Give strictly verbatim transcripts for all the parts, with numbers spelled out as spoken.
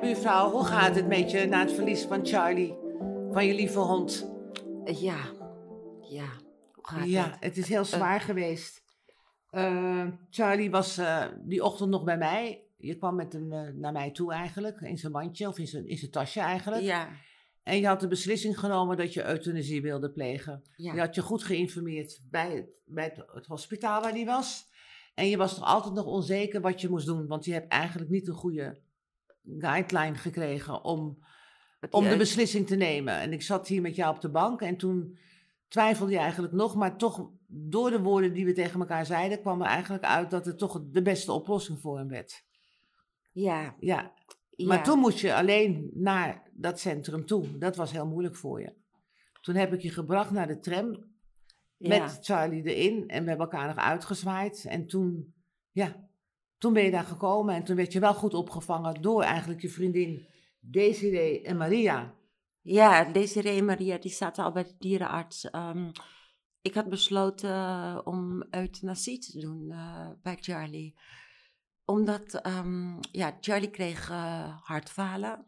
buurvrouw, hoe gaat het met je na het verlies van Charlie, van je lieve hond? Ja, ja, hoe gaat Ja, het? het is heel zwaar Uh, geweest. Uh, Charlie was uh, die ochtend nog bij mij. Je kwam met hem uh, naar mij toe eigenlijk, in zijn mandje of in zijn, in zijn tasje eigenlijk. Ja. En je had de beslissing genomen dat je euthanasie wilde plegen. Ja. Je had je goed geïnformeerd bij het, bij het, het hospitaal waar hij was. En je was toch altijd nog onzeker wat je moest doen, want je hebt eigenlijk niet een goede guideline gekregen om, om de beslissing te nemen. En ik zat hier met jou op de bank en toen twijfelde je eigenlijk nog, maar toch door de woorden die we tegen elkaar zeiden, kwam er eigenlijk uit dat het toch de beste oplossing voor hem werd. Ja. Ja. Maar ja. Toen moest je alleen naar dat centrum toe. Dat was heel moeilijk voor je. Toen heb ik je gebracht naar de tram met ja. Charlie erin en we hebben elkaar nog uitgezwaaid. En toen, ja, toen ben je daar gekomen en toen werd je wel goed opgevangen door eigenlijk je vriendin Desiree en Maria. Ja, Desiree en Maria die zaten al bij de dierenarts. Um, ik had besloten uh, om euthanasie te doen uh, bij Charlie. Omdat, um, ja, Charlie kreeg uh, hartfalen.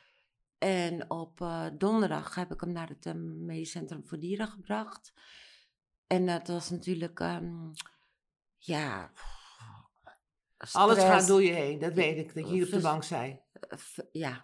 En op uh, donderdag heb ik hem naar het uh, Medisch Centrum voor Dieren gebracht. En dat uh, was natuurlijk, um, ja... Stress. Alles gaat door je heen, dat weet ik, dat je hier op de bank zei. Ja.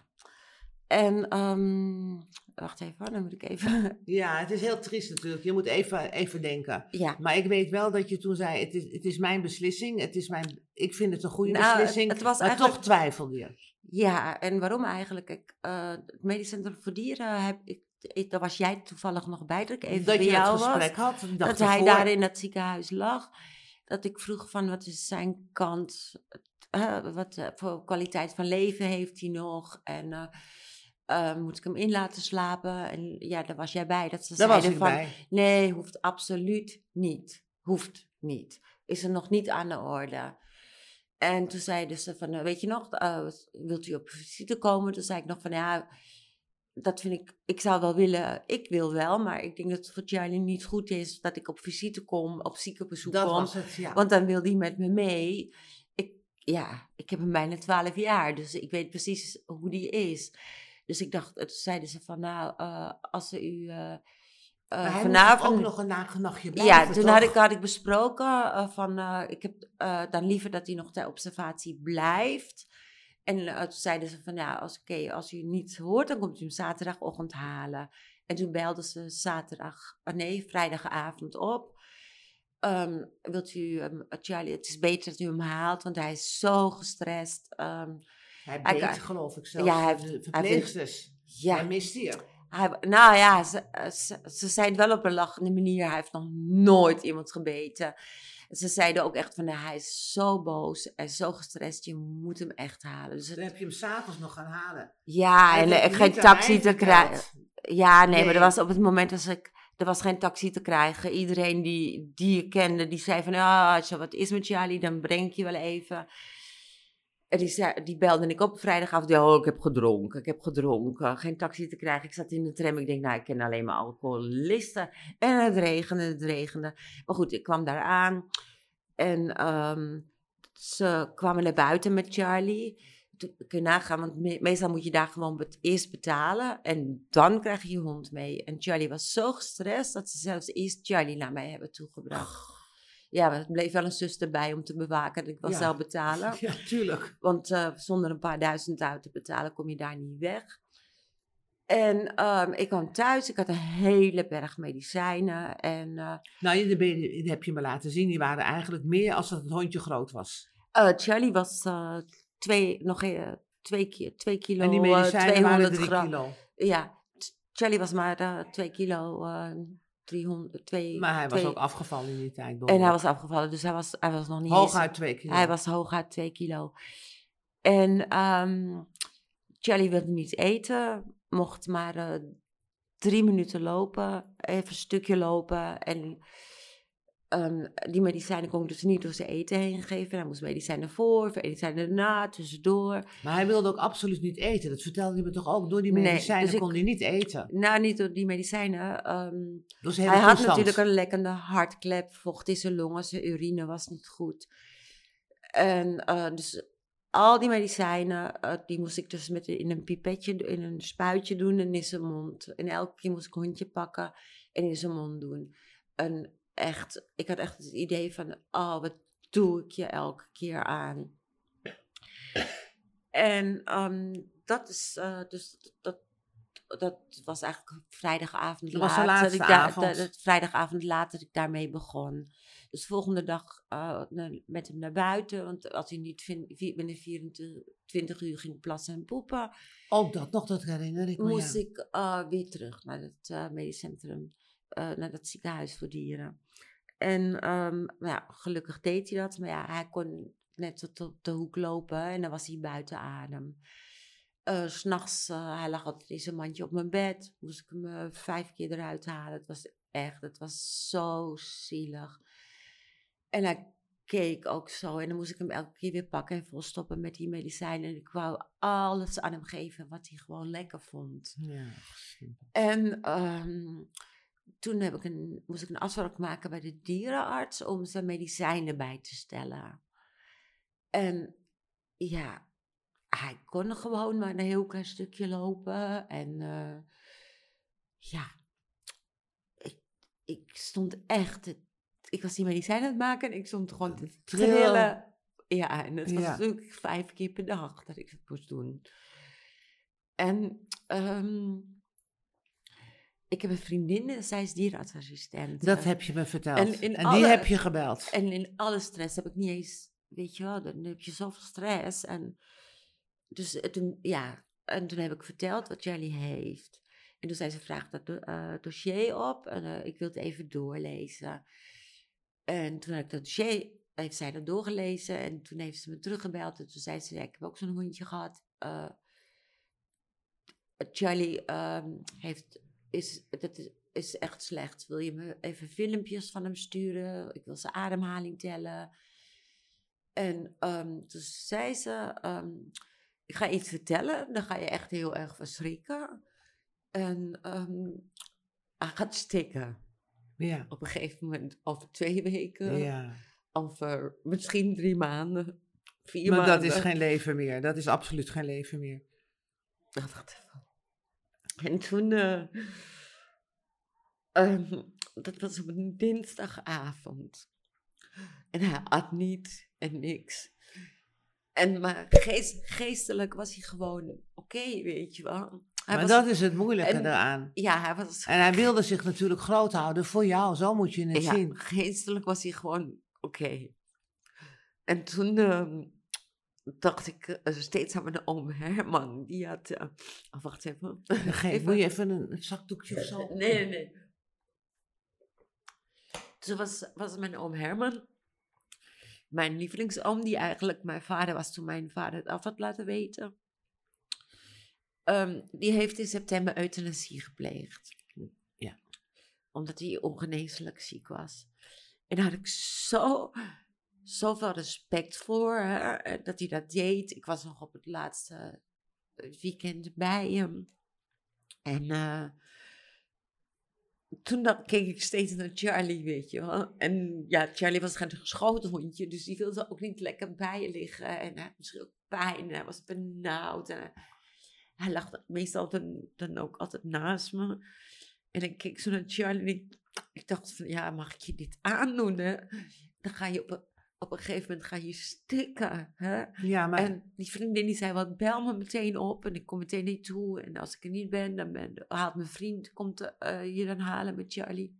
En, um, wacht even, dan moet ik even... Ja, het is heel triest natuurlijk, je moet even, even denken. Ja. Maar ik weet wel dat je toen zei, het is, het is mijn beslissing, het is mijn, ik vind het een goede nou, beslissing, het was maar eigenlijk... toch twijfelde je. Ja, en waarom eigenlijk? Ik, uh, het Medisch Centrum voor Dieren, heb ik, ik, daar was jij toevallig nog bij, dat ik even dat bij je jou het gesprek was. had. Dat dat hij daar in het ziekenhuis lag. Dat ik vroeg van, wat is zijn kant? Uh, wat uh, voor kwaliteit van leven heeft hij nog? En uh, uh, moet ik hem in laten slapen? En ja, daar was jij bij. Dat ze daar zeiden was ik van, bij. Nee, hoeft absoluut niet. Hoeft niet. Is er nog niet aan de orde. En toen zeiden ze van, weet je nog, uh, wilt u op visite komen? Toen zei ik nog van, ja, dat vind ik, ik zou wel willen, ik wil wel, maar ik denk dat het voor Charlie niet goed is dat ik op visite kom, op ziekenbezoek dat kom. Was het, ja. Want dan wil die met me mee. Ik, ja, ik heb hem bijna twaalf jaar, dus ik weet precies hoe die is. Dus ik dacht, toen zeiden ze van, nou, uh, als ze u... Uh, Uh, maar hij vanavond ook nog een nachtje blijven, ja, toen toch? had ik, had ik besproken uh, van, uh, ik heb uh, dan liever dat hij nog ter observatie blijft. En uh, toen zeiden ze van, ja, als, okay, als u niet hoort, dan komt u hem zaterdagochtend halen. En toen belden ze zaterdag, uh, nee, vrijdagavond op. Um, wilt u, um, Charlie, het is beter dat u hem haalt, want hij is zo gestrest. Um, hij beet, hij, geloof ik zelfs, ja, hij, de verpleegsters. Hij, ja. hij mist hier. Hij, nou ja, ze, ze, ze zei het wel op een lachende manier. Hij heeft nog nooit iemand gebeten. Ze zeiden ook echt van, nou, hij is zo boos en zo gestrest. Je moet hem echt halen. Dus het... Dan heb je hem s'avonds nog gaan halen. Ja, hij en ik geen taxi te krijgen. Ja, nee, nee, maar er was op het moment dat ik... Er was geen taxi te krijgen. Iedereen die, die je kende, die zei van... Ja, als er wat is met Charlie, dan breng ik je wel even... En die, zei, die belde ik op vrijdagavond. Ja, oh, ik heb gedronken, ik heb gedronken. Geen taxi te krijgen. Ik zat in de tram. Ik denk, nou, ik ken alleen maar alcoholisten. En het regende, het regende. Maar goed, ik kwam daar aan. En um, ze kwamen naar buiten met Charlie. Toen kun je nagaan, want me- meestal moet je daar gewoon bet- eerst betalen. En dan krijg je je hond mee. En Charlie was zo gestrest dat ze zelfs eerst Charlie naar mij hebben toegebracht. Ja, maar er bleef wel een zus erbij om te bewaken. Ik was ja. zelf betalen. Ja, tuurlijk. Want uh, zonder een paar duizend uit te betalen kom je daar niet weg. En um, ik kwam thuis. Ik had een hele berg medicijnen. En, uh, nou, die, die heb je me laten zien. Die waren eigenlijk meer als dat het hondje groot was. Uh, Charlie was uh, twee, nog uh, twee, ki- twee kilo. En die medicijnen uh, waren drie gram. kilo. Ja, Charlie was maar uh, twee kilo... Uh, driehonderd, twee, maar hij was twee... ook afgevallen in die tijd. En hij was afgevallen, dus hij was, hij was nog niet hooguit twee kilo. Hij was hooguit twee kilo. En um, Charlie wilde niet eten, mocht maar uh, drie minuten lopen, even een stukje lopen. En um, die medicijnen kon ik dus niet door zijn eten heen geven. Hij moest medicijnen voor, medicijnen na, tussendoor. Maar hij wilde ook absoluut niet eten. Dat vertelde hij me toch ook. Door die medicijnen nee, dus kon ik, hij niet eten. Nou, niet door die medicijnen. Um, dus hij toestand. had natuurlijk een lekkende hartklep, vocht in zijn longen, zijn urine was niet goed. En uh, dus al die medicijnen, uh, die moest ik dus met in een pipetje, in een spuitje doen en in zijn mond. En elke keer moest ik een hondje pakken en in zijn mond doen. En echt, ik had echt het idee van, oh, wat doe ik je elke keer aan? En um, dat is, uh, dus dat, dat was eigenlijk vrijdagavond Dat was de laat. Dat laatste ik da- avond. da- dat vrijdagavond laat dat ik daarmee begon. Dus de volgende dag uh, na- met hem naar buiten. Want als hij niet vin- vier- binnen vierentwintig uur ging plassen en poepen, Ook dat nog, dat herinner ik me. moest ja. ik uh, weer terug naar het uh, medisch centrum. Uh, naar dat ziekenhuis voor dieren. En um, nou ja, gelukkig deed hij dat. Maar ja, hij kon net tot op de hoek lopen en dan was hij buiten adem. Uh, 's nachts, uh, hij lag altijd in zijn mandje op mijn bed. Moest ik hem uh, vijf keer eruit halen. Het was echt, het was zo zielig. En hij keek ook zo. En dan moest ik hem elke keer weer pakken en volstoppen met die medicijnen. En ik wou alles aan hem geven wat hij gewoon lekker vond. Ja. En um, toen heb ik een, moest ik een afspraak maken bij de dierenarts om zijn medicijnen bij te stellen. En ja, hij kon gewoon maar een heel klein stukje lopen. En uh, ja, ik, ik stond echt, te, ik was die medicijnen aan het maken en ik stond gewoon te trillen. Ja, en het was ja. natuurlijk vijf keer per dag dat ik het moest doen. En um, ik heb een vriendin, zij is dierenartsassistent. Dat heb je me verteld. En, in en alle, die heb je gebeld. En in alle stress heb ik niet eens, weet je wel, dan heb je zoveel stress. En dus toen, ja, en toen heb ik verteld wat Jelly heeft. En toen zei ze, vraag dat do- uh, dossier op en uh, ik wil het even doorlezen. En toen heb ik dat dossier, heeft zij dat doorgelezen en toen heeft ze me teruggebeld. En toen zei ze, ja, ik heb ook zo'n hondje gehad. Uh, Jelly um, heeft... Is, dat is, is echt slecht. Wil je me even filmpjes van hem sturen? Ik wil zijn ademhaling tellen. En um, toen zei ze, um, ik ga iets vertellen. Dan ga je echt heel erg verschrikken. En um, hij gaat stikken. Ja. Op een gegeven moment over twee weken. Ja. Over misschien drie maanden. Vier maar maanden. Dat is geen leven meer. Dat is absoluut geen leven meer. Dat dacht ik van. En toen... Uh, Um, dat was op een dinsdagavond. En hij at niet en niks. En maar geest, geestelijk was hij gewoon oké, okay, weet je wel. Hij maar was, dat is het moeilijke en, eraan. Ja, hij was... En hij wilde zich natuurlijk groot houden voor jou, zo moet je het ja, zien. Geestelijk was hij gewoon oké. Okay. En toen um, dacht ik uh, steeds aan mijn oom Herman. Die had... Uh, oh, wacht even. Geef, even. Moet je even een, een zakdoekje of zo? Nee, nee, nee. Toen was, was mijn oom Herman, mijn lievelingsoom, die eigenlijk mijn vader was toen mijn vader het af had laten weten. Um, die heeft in september euthanasie gepleegd. Ja. Omdat hij ongeneeslijk ziek was. En daar had ik zo, zoveel respect voor, hè, dat hij dat deed. Ik was nog op het laatste weekend bij hem. En... Uh, Toen dan keek ik steeds naar Charlie, weet je wel. En ja, Charlie was geen geschoten hondje, dus die wilde ook niet lekker bij je liggen. En hij had misschien ook pijn en hij was benauwd. En hij, hij lag meestal dan, dan ook altijd naast me. En ik keek zo naar Charlie en ik, ik dacht van, ja, mag ik je dit aandoen, hè? Dan ga je op een, op een gegeven moment ga je stikken, hè? Ja, maar... En die vriendin die zei, wat bel me meteen op en ik kom meteen naartoe. En als ik er niet ben, dan ben, haalt mijn vriend, komt uh, je dan halen met Charlie.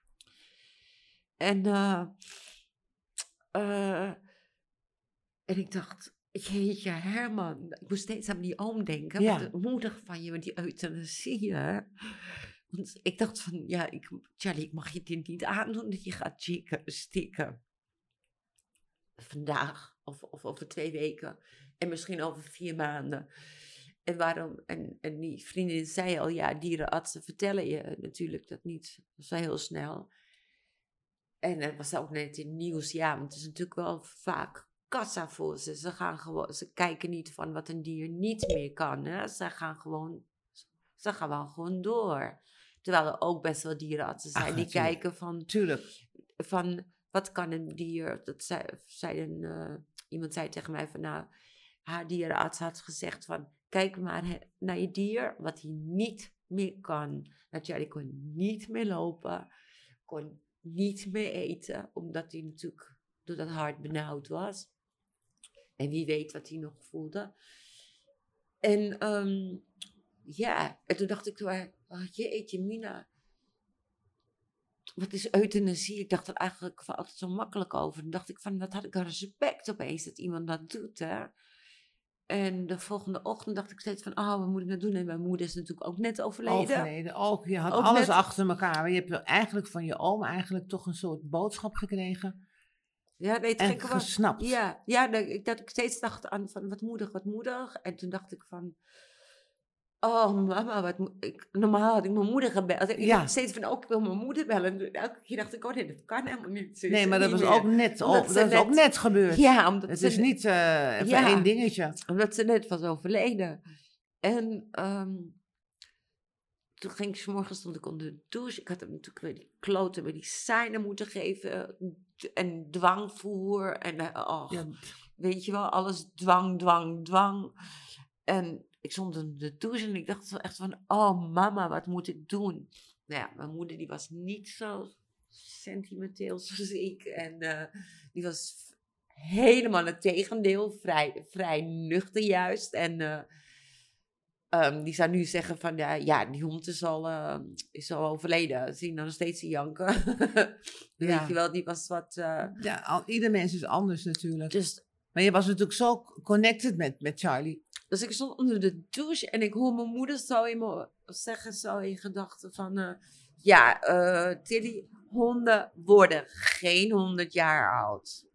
En, uh, uh, en ik dacht, jeetje Herman, ik moest steeds aan die oom denken. Ja. Wat moedig van je, met die euthanasie, hè? Want ik dacht van, ja, ik, Charlie, ik mag je dit niet aandoen dat je gaat chicken, stikken. Vandaag of, of over twee weken en misschien over vier maanden. En waarom? En, en die vriendin zei al, ja, dierenartsen vertellen je natuurlijk dat niet zo heel snel. En het was ook net in het nieuws, ja, want het is natuurlijk wel vaak kassa voor ze. Ze gaan gewoon, ze kijken niet van wat een dier niet meer kan, hè. Ze gaan gewoon, ze gaan wel gewoon door. Terwijl er ook best wel dierenartsen zijn Ach, die natuurlijk. kijken van, Tuurlijk. van wat kan een dier, dat zei, zei een, uh, iemand zei tegen mij van nou, haar dierenarts had gezegd van, kijk maar he, naar je dier, wat hij niet meer kan. Dat Charlie kon niet meer lopen, kon niet meer eten, omdat hij natuurlijk door dat hart benauwd was. En wie weet wat hij nog voelde. En um, ja, en toen dacht ik, oh, jeetje Mina, wat is euthanasie? Ik dacht er eigenlijk van altijd zo makkelijk over. Toen dacht ik van, wat had ik een respect opeens dat iemand dat doet, hè. En de volgende ochtend dacht ik steeds van, oh, wat moet ik nou doen? En mijn moeder is natuurlijk ook net overleden. Overleden, ook. Je had ook alles net... achter elkaar. Je hebt eigenlijk van je oom eigenlijk toch een soort boodschap gekregen. Ja, nee, het en gekke was... gesnapt. Ja, ja dat, dat ik steeds dacht aan van, wat moedig, wat moedig. En toen dacht ik van... Oh, mama, wat mo- ik, normaal had ik mijn moeder gebeld. Ik Ja. dacht steeds van, ook ik wil mijn moeder bellen. En elke keer dacht ik, oh nee, dat kan helemaal niet. Ze is Nee, er maar dat niet was meer. ook net, Omdat ook, ze dat is net- ook net gebeurd. Ja, omdat Het ze is net- niet uh, even Ja. één dingetje. Omdat ze net was overleden. En um, toen ging ik 's morgens, stond ik onder de douche. Ik had hem natuurlijk weer die klote medicijnen moeten geven. En dwangvoer. En uh, oh, Ja. weet je wel, alles dwang, dwang, dwang. En ik stond onder de douche en ik dacht zo echt van, oh mama, wat moet ik doen? Nou ja, mijn moeder die was niet zo sentimenteel zoals ik. En uh, die was helemaal het tegendeel, vrij, vrij nuchter juist. En uh, um, die zou nu zeggen van, ja, ja die hond is al, uh, is al overleden. Zie je nog steeds te janken. Ja. Weet je wel, die was wat... Uh, Ja, al, ieder mens is anders natuurlijk. dus, Maar je was natuurlijk zo connected met, met Charlie. dus ik stond onder de douche en ik hoor mijn moeder zo in me zeggen, zo in gedachten van... Uh, ja, uh, Tilly, honden worden geen honderd jaar oud.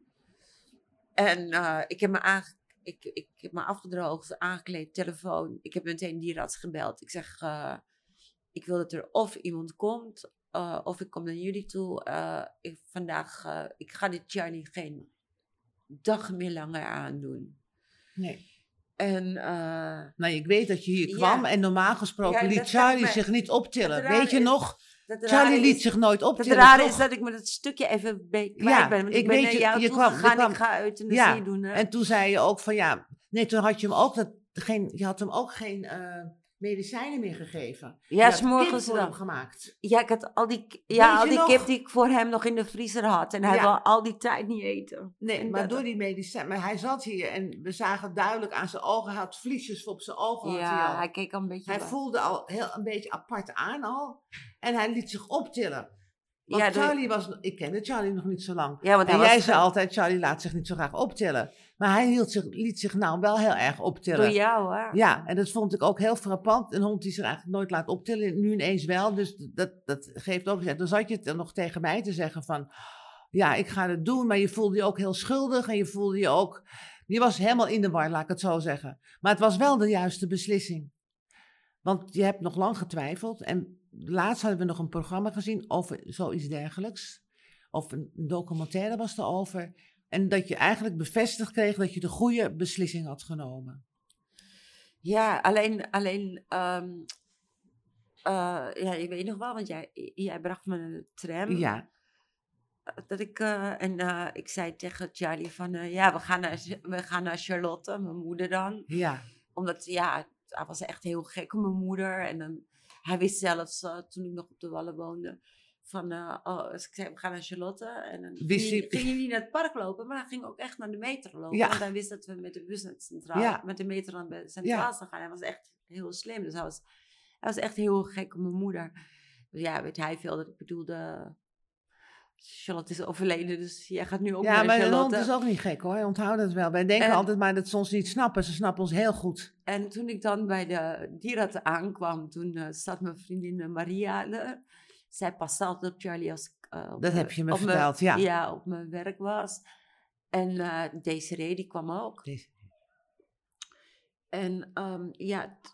En uh, ik heb me aange... Ik, ik heb me afgedroogd, aangekleed, telefoon. Ik heb meteen dierenarts gebeld. Ik zeg, uh, ik wil dat er of iemand komt, uh, of ik kom naar jullie toe. Uh, ik, vandaag, uh, ik ga dit Charlie geen dag meer langer aandoen. Nee. En, uh, Nou, ik weet dat je hier Ja. kwam en normaal gesproken Ja, liet dat Charlie lijkt me- zich niet optillen. het rare Weet je is- nog? dat Charlie rare liet is, zich nooit Het optillen. rare toch? is dat ik met het stukje even be- kwijt Ja, ben. Want ik ik ben weet naar je- jou je toe kwam- je gegaan. kwam- Ik ga euthanasie Ja, doen. Hè? En toen zei je ook van ja... Nee, toen had je hem ook, dat, geen, je had hem ook geen uh, medicijnen meer gegeven. Ja, je had 's morgens kip voor dan. hem gemaakt. Ja, ik had al die, ja, Weet al je die nog? kip die ik voor hem nog in de vriezer had. En hij Ja. wil al die tijd niet eten. Nee, En maar dat- door die medicijnen... Maar hij zat hier en we zagen duidelijk aan zijn ogen... Hij had vliesjes op zijn ogen. had hij, Ja, al. hij keek al een beetje... hij wa- voelde al heel een beetje apart aan al. En hij liet zich optillen. Want Ja, door- Charlie was... Ik kende Charlie nog niet zo lang. Ja, want En hij jij was zei ge- altijd, Charlie laat zich niet zo graag optillen. Maar hij hield zich, liet zich nou wel heel erg optillen. door jou, hè? Ja, en dat vond ik ook heel frappant. Een hond die zich eigenlijk nooit laat optillen, nu ineens wel. Dus dat, dat geeft ook... Dan zat je het nog tegen mij te zeggen van... Ja, ik ga het doen, maar je voelde je ook heel schuldig. En je voelde je ook... Je was helemaal in de war, laat ik het zo zeggen. Maar het was wel de juiste beslissing. Want je hebt nog lang getwijfeld. En laatst hadden we nog een programma gezien over zoiets dergelijks. Of een documentaire was erover. En dat je eigenlijk bevestigd kreeg dat je de goede beslissing had genomen. Ja, alleen... alleen um, uh, ja, je weet nog wel, want jij, jij bracht me naar de tram. Ja, Dat ik, uh, en uh, ik zei tegen Charlie van, uh, ja, we gaan, naar, we gaan naar Charlotte, mijn moeder dan. ja. Omdat, ja, hij was echt heel gek op mijn moeder. En dan, hij wist zelfs, uh, toen ik nog op de Wallen woonde, van, uh, oh, dus ik zei, we gaan naar Charlotte. En dan Wist ging, hij- hij, ging hij niet naar het park lopen, maar hij ging ook echt naar de metro lopen. Ja. Want hij wist dat we met de bus naar het centraal, Ja. met de metro naar het centraal Ja. zou gaan. Hij was echt heel slim. Dus hij was, hij was echt heel gek op mijn moeder. Dus ja, weet hij veel dat ik bedoelde... Charlotte is overleden, dus jij gaat nu ook Ja, naar maar een Charlotte. hond is ook niet gek hoor. Onthoud het wel. Wij denken En- altijd maar dat ze ons niet snappen. Ze snappen ons heel goed. En toen ik dan bij de dierenarts aankwam, toen uh, zat mijn vriendin uh, Maria er. Zij paste altijd op Charlie als ik uh, op Dat me- heb je me op me- verteld, ja. Ja, op mijn werk was. En uh, Desiree, die kwam ook. Deze- En um, ja, het-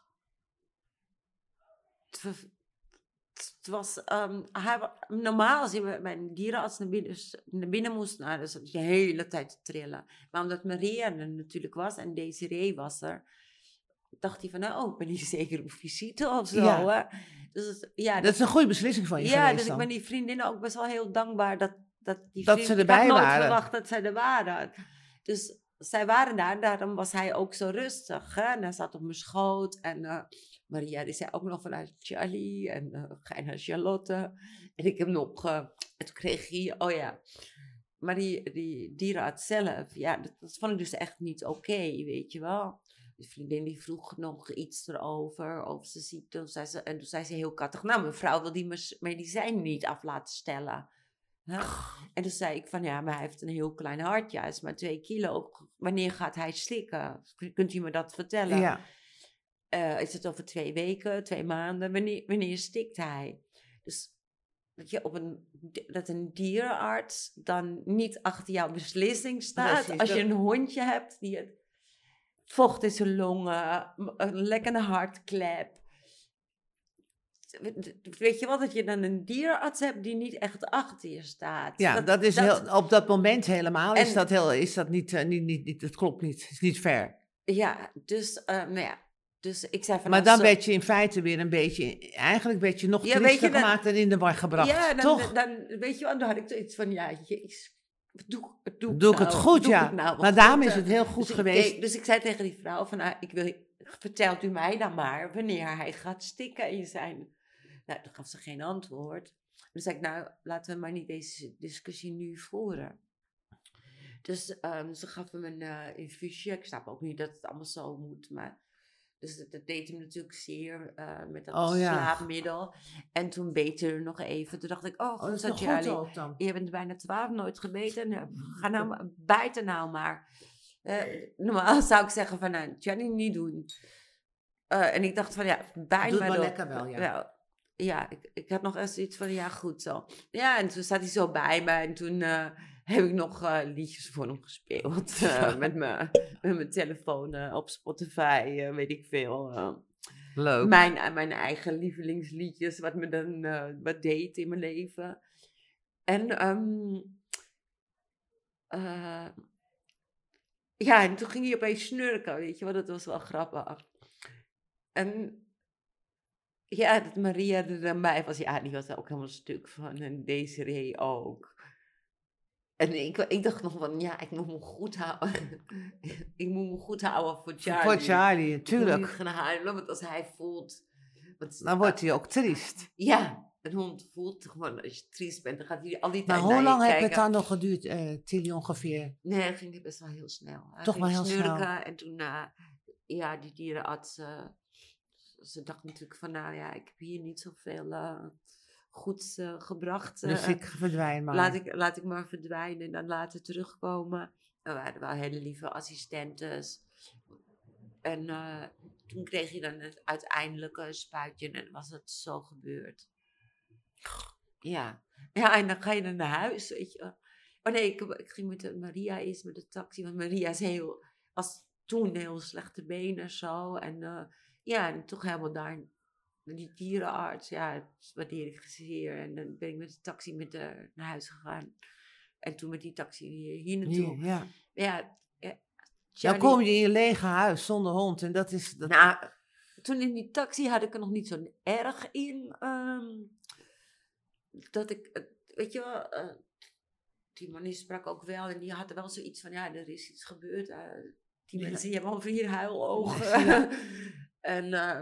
het ver- het was, um, hij, wa- normaal als je bij bij een dierenarts naar binnen, naar binnen moest, nou, dan zat je de hele tijd te trillen. Maar omdat Maria er natuurlijk was en Desiree was er, dacht hij van, nou, oh, ik ben hier zeker op visite of zo. Ja. Hè? Dus het- ja, Dat is een goede beslissing van je ja, geweest dus ik dan. ben die vriendinnen ook best wel heel dankbaar dat, dat die Dat vriend- ze ik erbij had nooit waren. verwacht dat zij er waren. Dus zij waren daar, daarom was hij ook zo rustig. Hè? En hij zat op mijn schoot. En uh, Maria die zei ook nog vanuit Charlie. En uh, ga je naar Charlotte. En ik heb nog, uh, het kreeg hij, oh ja. Maar die, die dierenarts zelf, ja, dat, dat vond ik dus echt niet oké, okay, weet je wel. De vriendin die vroeg nog iets erover, over zijn ziekte. En, zei ze, en toen zei ze heel kattig, nou, mevrouw wil die medicijnen niet af laten stellen. Huh? En toen zei ik van, ja, maar hij heeft een heel klein hartje, hij is maar twee kilo. Wanneer gaat hij slikken? Kunt u me dat vertellen? Ja. Uh, is het over twee weken, twee maanden? Wanneer, wanneer stikt hij? Dus dat je op een, dat een dierenarts dan niet achter jouw beslissing staat. Precies, als je een hondje hebt die het vocht in zijn longen, een lekkere hartklep. Weet je wel, dat je dan een dierenarts hebt die niet echt achter je staat. Ja, dat, dat is dat, heel, op dat moment helemaal en, is dat, heel, is dat niet, uh, niet, niet, niet, dat klopt niet, is niet fair. Ja, dus, uh, nou ja. Dus ik zei van, maar dan zo... werd je in feite weer een beetje, eigenlijk werd je nog ja, triester je, gemaakt dan, en in de war gebracht, ja, dan, toch? Dan, weet je wel, dan had ik zoiets van, ja, jezus, doe, doe, doe ik het nou, goed, doe ja. Het nou maar daarom is het heel goed dus geweest. Ik, ik, dus ik zei tegen die vrouw van, nou, ik wil, vertelt u mij dan maar wanneer hij gaat stikken in zijn... Nou, dan gaf ze geen antwoord. Dan zei ik, nou, laten we maar niet deze discussie nu voeren. Dus um, ze gaf hem een uh, infusie. Ik snap ook niet dat het allemaal zo moet, maar... Dus dat, dat deed hem natuurlijk zeer uh, met dat oh, ja. slaapmiddel. En toen beet hij er nog even. Toen dacht ik, oh, oh dat je ook dan. Je bent bijna twaalf, nooit gebeten. Nou, ga nou, bijt er nou maar. Uh, normaal zou ik zeggen van, nou, Jenny, niet doen. Uh, en ik dacht van, ja, bijt Doe maar wel door. lekker wel, ja. Nou, ja, ik, ik had nog eens iets van, ja, goed zo. Ja, en toen zat hij zo bij me. En toen uh, heb ik nog uh, liedjes voor hem gespeeld. Uh, met mijn met telefoon uh, op Spotify, uh, weet ik veel. Uh, Leuk. Mijn, mijn eigen lievelingsliedjes, wat me dan uh, wat deed in mijn leven. En, um, uh, ja, en toen ging hij opeens snurken, weet je wel. Dat was wel grappig. En... Ja, dat Maria er dan bij was. Ja, die was er ook helemaal stuk van. En Desiree ook. En ik, ik dacht nog van, ja, ik moet me goed houden. ik moet me goed houden voor Charlie. Voor Charlie, tuurlijk. Ik moet niet gaan huilen, want als hij voelt... Want, dan wordt hij ook triest. Ja, een hond voelt gewoon, als je triest bent, dan gaat hij al die tijd maar naar hoe lang heeft het dan nog geduurd, uh, Tilly, ongeveer? Nee, het ging best wel heel snel. Hij Toch wel heel snel. En toen, uh, ja, die dierenarts... Uh, ze dacht natuurlijk van, nou ja, ik heb hier niet zoveel uh, goeds uh, gebracht. Uh, dus ik verdwijn maar. Laat ik, laat ik maar verdwijnen en dan later terugkomen. En we hadden wel hele lieve assistentes. En uh, toen kreeg je dan het uiteindelijke spuitje en was het zo gebeurd. Ja. Ja, en dan ga je dan naar huis, weet je. Oh nee, ik, ik ging met de, Maria eerst met de taxi, want Maria is heel, was toen heel slechte benen zo. En... Uh, Ja, en toch helemaal daar, die dierenarts, ja, dat waardeer ik zeer. En dan ben ik met de taxi met de, naar huis gegaan. En toen met die taxi hier, hier naartoe. Hier, ja. Ja, ja Charlie, dan kom je in je lege huis zonder hond en dat is... Dat... Nou, toen in die taxi had ik er nog niet zo erg in. Um, dat ik, weet je wel, uh, die man die sprak ook wel en die had er wel zoiets van, ja, er is iets gebeurd. Uh, die ja. mensen die hebben al vier huilogen. Ja. En uh,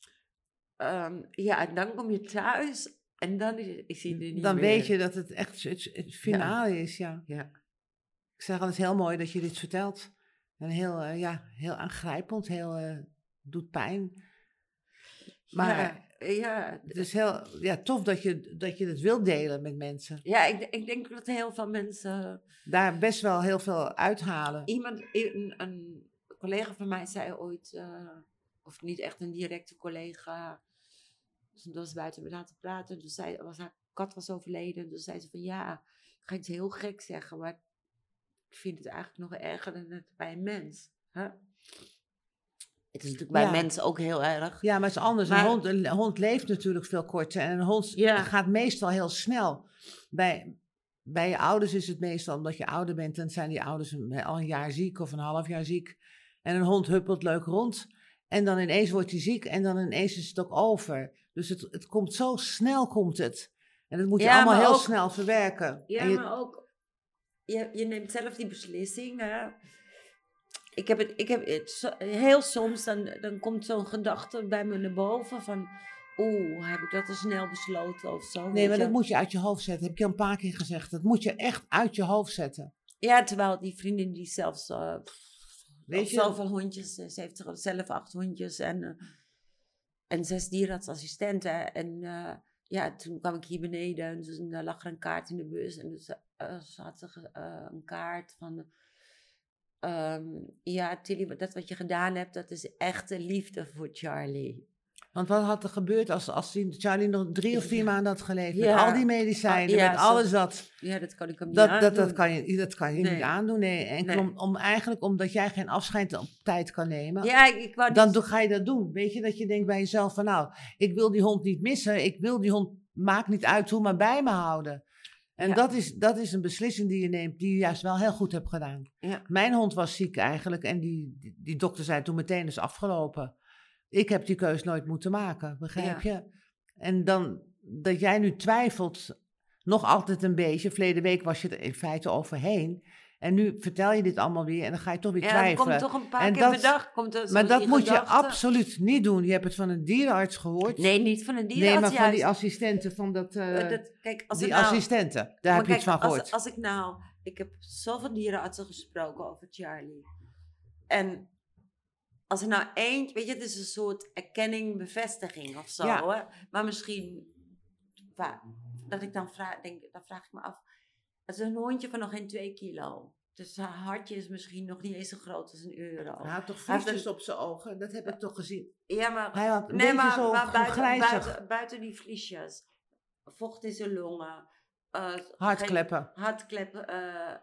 um, ja, en dan kom je thuis en dan is, is hij er niet Dan meer. weet je dat het echt het, het finale ja. is, ja. ja. Ik zeg al, het is heel mooi dat je dit vertelt. En heel, uh, ja, heel aangrijpend, heel, uh, doet pijn. Maar ja, ja. het is heel ja, tof dat je, dat je het wilt delen met mensen. Ja, ik, ik denk dat heel veel mensen... Daar best wel heel veel uithalen. Iemand, een, een collega van mij zei ooit... Uh, of niet echt een directe collega. Dus dat was buiten met haar te praten. Dus zij, was haar kat was overleden. Dus zei ze van ja, ik ga iets heel gek zeggen. Maar ik vind het eigenlijk nog erger dan het bij een mens. Huh? Het is natuurlijk bij ja. mensen ook heel erg. Ja, maar het is anders. Maar, een, hond, een hond leeft natuurlijk veel korter. En een hond ja. gaat meestal heel snel. Bij, bij je ouders is het meestal, omdat je ouder bent, dan zijn die ouders al een jaar ziek of een half jaar ziek. En een hond huppelt leuk rond. En dan ineens wordt hij ziek en dan ineens is het ook over. Dus het, het komt zo snel, komt het. En dat moet je ja, allemaal heel ook, snel verwerken. Ja, en je, maar ook, je, je neemt zelf die beslissing. Hè? ik heb het, ik heb het zo, heel soms, dan, dan komt zo'n gedachte bij me naar boven van, oeh, heb ik dat te snel besloten of zo? Nee, maar dat moet je uit je hoofd zetten. Heb ik je al een paar keer gezegd. Dat moet je echt uit je hoofd zetten. Ja, terwijl die vriendin die zelfs uh, Weet je? zoveel hondjes, ze heeft zelf acht hondjes en, uh, en zes dierenartsassistenten. En uh, ja, toen kwam ik hier beneden en dus, uh, lag er een kaart in de bus. En dus uh, ze had uh, een kaart van, um, ja Tilly, dat wat je gedaan hebt, dat is echte liefde voor Charlie. Want wat had er gebeurd als, als Charlie nog drie of vier maanden had geleefd? Met Ja. al die medicijnen, Ah, ja, met zo, alles dat. Ja, dat kan ik hem niet Dat, aandoen. dat, dat kan je, dat kan je Nee. niet aandoen. Nee. Enkel Nee. om, om eigenlijk omdat jij geen afscheid op tijd kan nemen. Ja, ik, ik wou Dan niet- doe- ga je dat doen. Weet je, dat je denkt bij jezelf van nou, ik wil die hond niet missen. Ik wil die hond, maakt niet uit hoe, maar bij me houden. En Ja. dat, is, dat is een beslissing die je neemt, die je juist wel heel goed hebt gedaan. Ja. Mijn hond was ziek eigenlijk en die, die, die dokter zei toen meteen is afgelopen. Ik heb die keus nooit moeten maken, begrijp je? En dan dat jij nu twijfelt, nog altijd een beetje. Verleden week was je er in feite overheen. En nu vertel je dit allemaal weer en dan ga je toch weer Ja, twijfelen. dat komt toch een paar En keer dat- per dag. Komt er zo Maar dat die moet je gedachte. absoluut niet doen. Je hebt het van een dierenarts gehoord. Nee, niet van een Nee, dierenarts. maar van die juist. assistenten, van dat, eh, Uh, dat, kijk, als die ik nou, assistenten. Daar maar heb je kijk, iets van gehoord. Als, als ik nou, ik heb zoveel dierenartsen gesproken over Charlie. En als er nou eentje, weet je, het is een soort erkenning, bevestiging of zo. Ja. Hè? Maar misschien, waar, dat ik dan vraag, denk, dan vraag ik me af. Het is een hondje van nog geen twee kilo. Dus haar hartje is misschien nog niet eens zo groot als een euro. Hij had toch Hij heeft vliesjes op zijn ogen? Dat heb ik toch gezien. Ja, maar Hij had een nee, beetje maar, zo maar buiten, grijzig. buiten, buiten die vliesjes. Vocht in zijn longen. Uh, Hartkleppen. geen- Hartkleppen. Uh,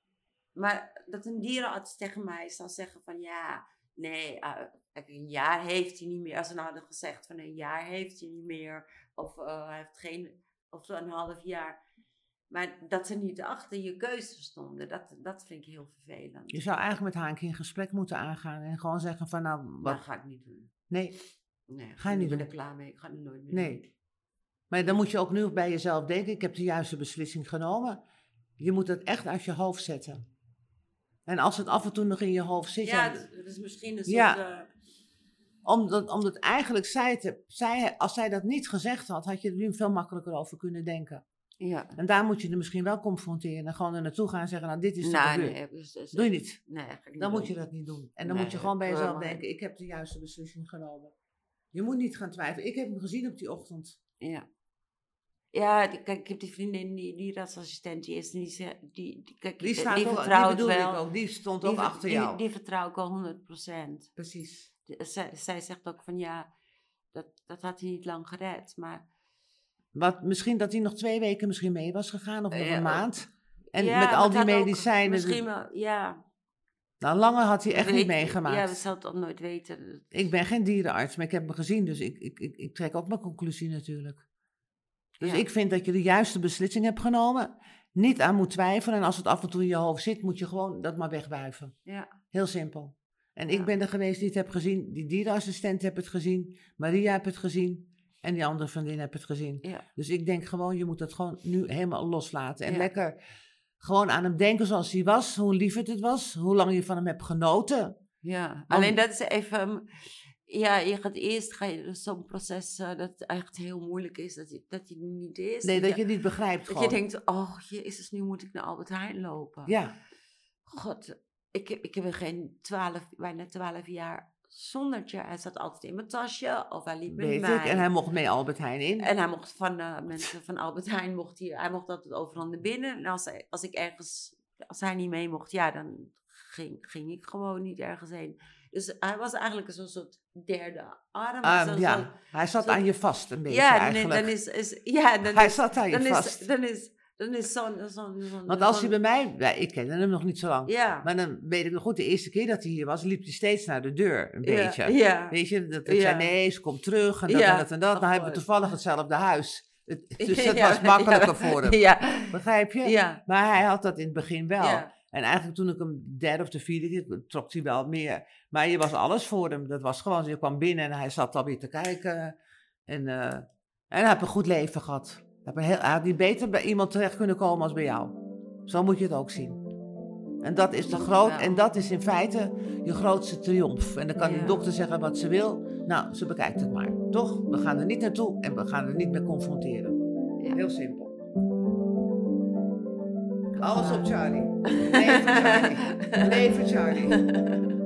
maar dat een dierenarts tegen mij zal zeggen van ja, nee, uh, een jaar heeft hij niet meer. Als ze nou hadden gezegd van een jaar heeft hij niet meer. Of uh, hij heeft geen, of een half jaar. Maar dat ze niet achter je keuze stonden, dat, dat vind ik heel vervelend. Je zou eigenlijk met haar een keer in gesprek moeten aangaan. En gewoon zeggen van nou, wat... Dat ga ik niet doen. Nee, Nee, Ga je niet ik ben doen? er klaar mee. Ik ga het nooit meer doen. nee. Maar dan moet je ook nu bij jezelf denken, ik heb de juiste beslissing genomen. Je moet het echt uit je hoofd zetten. En als het af en toe nog in je hoofd zit... Ja, ja, dat dat is misschien een Ja. soort... Uh, omdat, omdat eigenlijk zij, het, zij, als zij dat niet gezegd had, had je er nu veel makkelijker over kunnen denken. ja. En daar moet je er misschien wel confronteren. En gewoon er naartoe gaan en zeggen, nou dit is er Nou, gebeurd. nee, dus, dus, Doe je niet. Nee, ga ik niet Dan doen. moet je dat niet doen. En dan Nee, moet je gewoon bij ik, jezelf uh, denken, ik heb de juiste beslissing genomen. Je moet niet gaan twijfelen. Ik heb hem gezien op die ochtend. Ja. Ja, die, kijk, ik heb die vriendin, die, die raadssassistent, die is, die, ze- die, die, kijk, Die, staat ook, die vertrouw ik bedoel wel. ik ook. Die stond Die ook ver- achter die, jou. Die vertrouw ik al honderd procent. Precies. Zij, zij zegt ook van ja, dat, dat had hij niet lang gered. Maar Wat, misschien dat hij nog twee weken misschien mee was gegaan. Of nog Ja, een maand. En ja, met maar al het die had ook medicijnen. Misschien wel, ja. Nou, langer had hij echt weet- niet meegemaakt. Ja, we zouden het al nooit weten. Ik ben geen dierenarts, maar ik heb hem gezien. Dus ik, ik, ik, ik trek ook mijn conclusie natuurlijk. Dus Ja. ik vind dat je de juiste beslissing hebt genomen. Niet aan moet twijfelen. En als het af en toe in je hoofd zit, moet je gewoon dat maar wegwuiven. Ja. Heel simpel. En Ja. ik ben er geweest die het heb gezien. Die dierenassistent heeft het gezien. Maria heeft het gezien. En die andere vriendin heeft het gezien. Ja. Dus ik denk gewoon, je moet dat gewoon nu helemaal loslaten. En Ja. lekker gewoon aan hem denken zoals hij was. Hoe lief het het was. Hoe lang je van hem hebt genoten. Ja, alleen dat is even. um, Ja, je gaat eerst ga je dus zo'n proces uh, dat het echt heel moeilijk is, dat je, dat je er niet is. Nee, dat je het niet begrijpt dat gewoon. je denkt, oh jezus, nu moet ik naar Albert Heijn lopen. Ja, God, ik, heb- ik heb er geen twaalf, bijna twaalf jaar zonder Tja. Hij zat altijd in mijn tasje of hij liep met weet mij. ik. En hij mocht mee Albert Heijn in. En hij mocht van uh, mensen van Albert Heijn, mocht hij, hij mocht altijd overal naar binnen. En als, hij, als ik ergens, als hij niet mee mocht, ja, dan ging, ging ik gewoon niet ergens heen. Dus hij was eigenlijk een soort derde arm. Ah, zo- ja, zo- hij zat zo- aan je vast een beetje ja, dan, eigenlijk. dan is, is, ja, dan hij is, zat aan je dan vast. is, dan is, dan is zo'n, zo'n, zo'n, Want als zo'n- hij bij mij... Ja, ik kende hem nog niet zo lang. ja, Maar dan weet ik nog goed, de eerste keer dat hij hier was, liep hij steeds naar de deur. Een beetje. ja, ja, Weet je, dat ik Ja. zei nee, ze komt terug en dat Ja. en dat en dat. Ach, Dan hebben we mooi. toevallig hetzelfde huis. Het- Dus dat Ja, was makkelijker ja, voor hem. Ja, Begrijp je? ja, Maar hij had dat in het begin wel. ja. En eigenlijk toen ik hem de derde of de vierde keer, trok hij wel meer. Maar je was alles voor hem. Dat was gewoon, je kwam binnen en hij zat alweer te kijken. En, eh, en hij heeft een goed leven gehad. Hij heeft een heel, hij had niet beter bij iemand terecht kunnen komen als bij jou. Zo moet je het ook zien. En dat is, de groot, en dat is in feite je grootste triomf. En dan kan ja. de dokter zeggen wat ze wil. Nou, ze bekijkt het maar. Toch? We gaan er niet naartoe en we gaan er niet mee confronteren. Ja. Heel simpel. Alles op Charlie. Nee voor Charlie. Nee voor Charlie.